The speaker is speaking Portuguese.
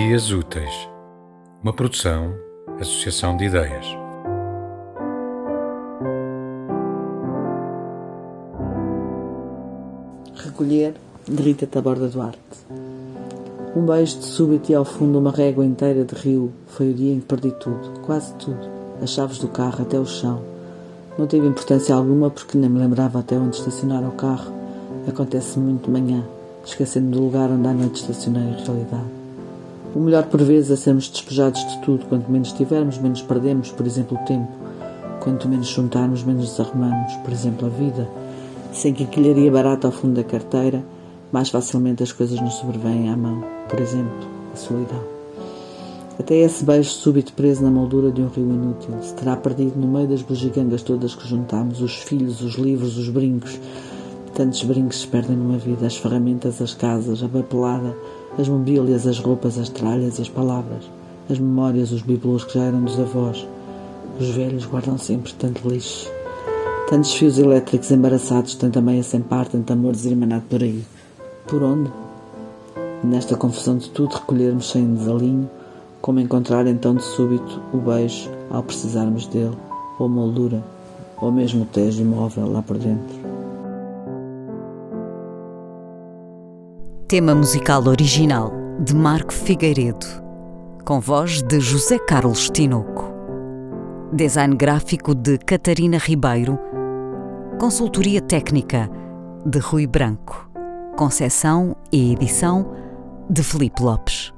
Dias Úteis, uma produção, associação de ideias. Recolher, de Rita Taborda Duarte. Um beijo de súbito e ao fundo uma régua inteira de rio. Foi o dia em que perdi tudo, quase tudo. As chaves do carro até o chão. Não teve importância alguma porque nem me lembrava até onde estacionar o carro. Acontece muito de manhã, esquecendo do lugar onde à noite estacionei em realidade. O melhor por vezes é sermos despejados de tudo. Quanto menos tivermos, menos perdemos, por exemplo, o tempo. Quanto menos juntarmos, menos desarrumamos, por exemplo, a vida. Sem quinquilharia barata ao fundo da carteira, mais facilmente as coisas nos sobrevêm à mão. Por exemplo, a solidão. Até esse beijo súbito preso na moldura de um rio inútil se terá perdido no meio das bugigangas todas que juntámos, os filhos, os livros, os brincos. Tantos brincos se perdem numa vida, as ferramentas, as casas, a papelada, as mobílias, as roupas, as tralhas e as palavras, as memórias, os bibelôs que já eram dos avós. Os velhos guardam sempre tanto lixo. Tantos fios elétricos embaraçados, tanta meia sem par, tanto amor desemanado por aí. Por onde? Nesta confusão de tudo, recolhermos sem desalinho, como encontrar então de súbito o beijo ao precisarmos dele, ou a moldura, ou mesmo o tejo imóvel lá por dentro. Tema musical original de Marco Figueiredo, com voz de José Carlos Tinoco. Design gráfico de Catarina Ribeiro. Consultoria técnica de Rui Branco. Conceção e edição de Filipe Lopes.